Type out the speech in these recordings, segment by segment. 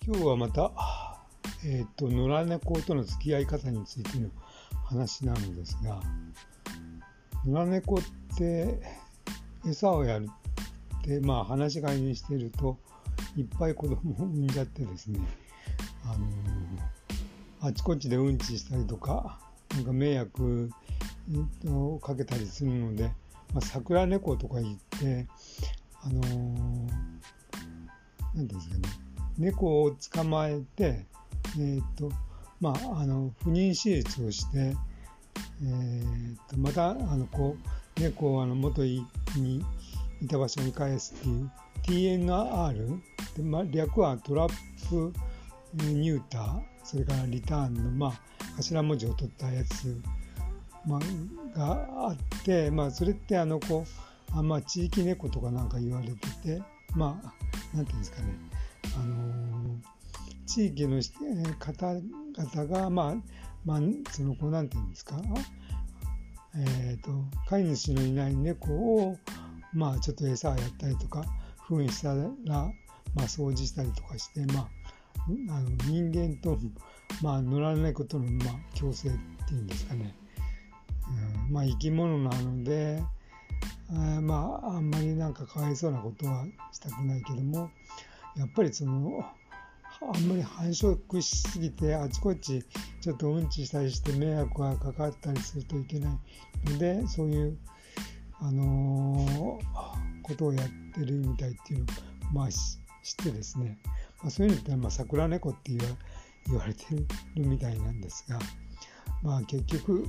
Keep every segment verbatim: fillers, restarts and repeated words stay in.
今日はまた、えーと、野良猫との付き合い方についての話なのですが、野良猫って餌をやるって、まあ話し飼いにしているといっぱい子供を産んじゃってですね、あのー、あちこちでうんちしたりとか、なんか迷惑をかけたりするので、まあ、桜猫とか言って、あのー、なんていうんですかね、猫を捕まえて、えーとまあ、あの不妊手術をして、えー、とまたあのこう猫をあの元にいた場所に返すっていう ティーエヌアール で、まあ、略はトラップニューター、それからリターンの、まあ、頭文字を取ったやつ、まあ、があって、まあ、それってあのこうあ、まあ、地域猫とかなんか言われてて、まあなんていうんですかね、あのー、地域の方々が、まあ、まあ、そのこうなんていうんですか、えーと、飼い主のいない猫を、まあ、ちょっと餌をやったりとか、糞したら、まあ、掃除したりとかして、まあ、あの人間と、まあ、野良猫との、まあ、共生っていうんですかね、うん、まあ、生き物なので、あまあ、あんまりなんかかわいそうなことはしたくないけども、やっぱりそのあんまり繁殖しすぎてあちこちちょっとうんちしたりして迷惑がかかったりするといけないので、そういう、あのー、ことをやってるみたいっていうのを、まあ、知ってですね、まあ、そういうのって、まあ、桜猫って言わ、言われてるみたいなんですが、まあ結局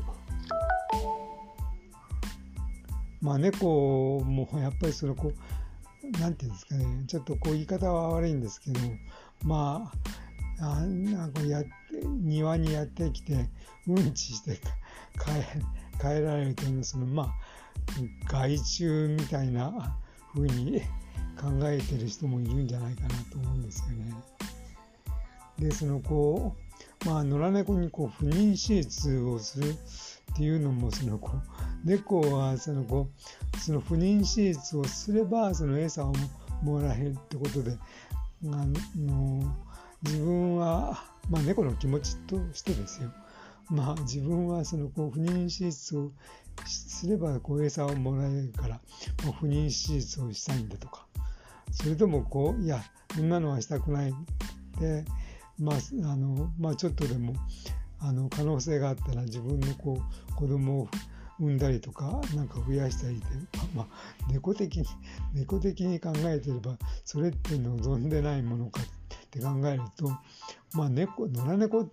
まあ猫もやっぱりそのこうなんていうんですかね、ちょっとこう言い方は悪いんですけど、まあ、あなんかやって庭にやってきてうんちして帰帰られるというのはそのまあ害虫みたいな風に考えてる人もいるんじゃないかなと思うんですよね。でそのこうまあ野良猫にこう不妊手術をするっていうのもそのこう猫はそのこうその不妊手術をすればその餌をもらえるってことで、あの自分は、まあ、猫の気持ちとしてですよ、まあ、自分はそのこう不妊手術をすればこう餌をもらえるから、まあ、不妊手術をしたいんだとか、それともこういやそんなのはしたくないで、まああのまあ、ちょっとでもあの可能性があったら自分のこう子供を産んだりとかなんか増やしたりで、まあ、猫的に猫的に考えてればそれって望んでないものかって考えると、まあ、猫野良猫って、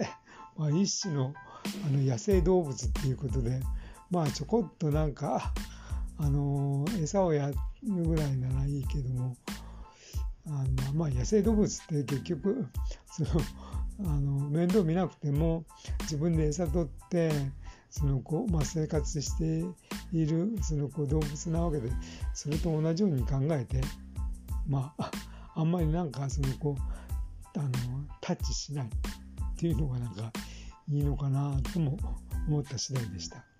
まあ、一種の、あの野生動物っていうことで、まあちょこっとなんかあの餌をやるぐらいならいいけども、あのまあ野生動物って結局そのあの面倒見なくても自分で餌取ってそのこう、まあ、生活しているそのこう動物なわけで、それと同じように考えて、まああんまりなんかそのこうあのタッチしないっていうのがなんかいいのかなとも思った次第でした。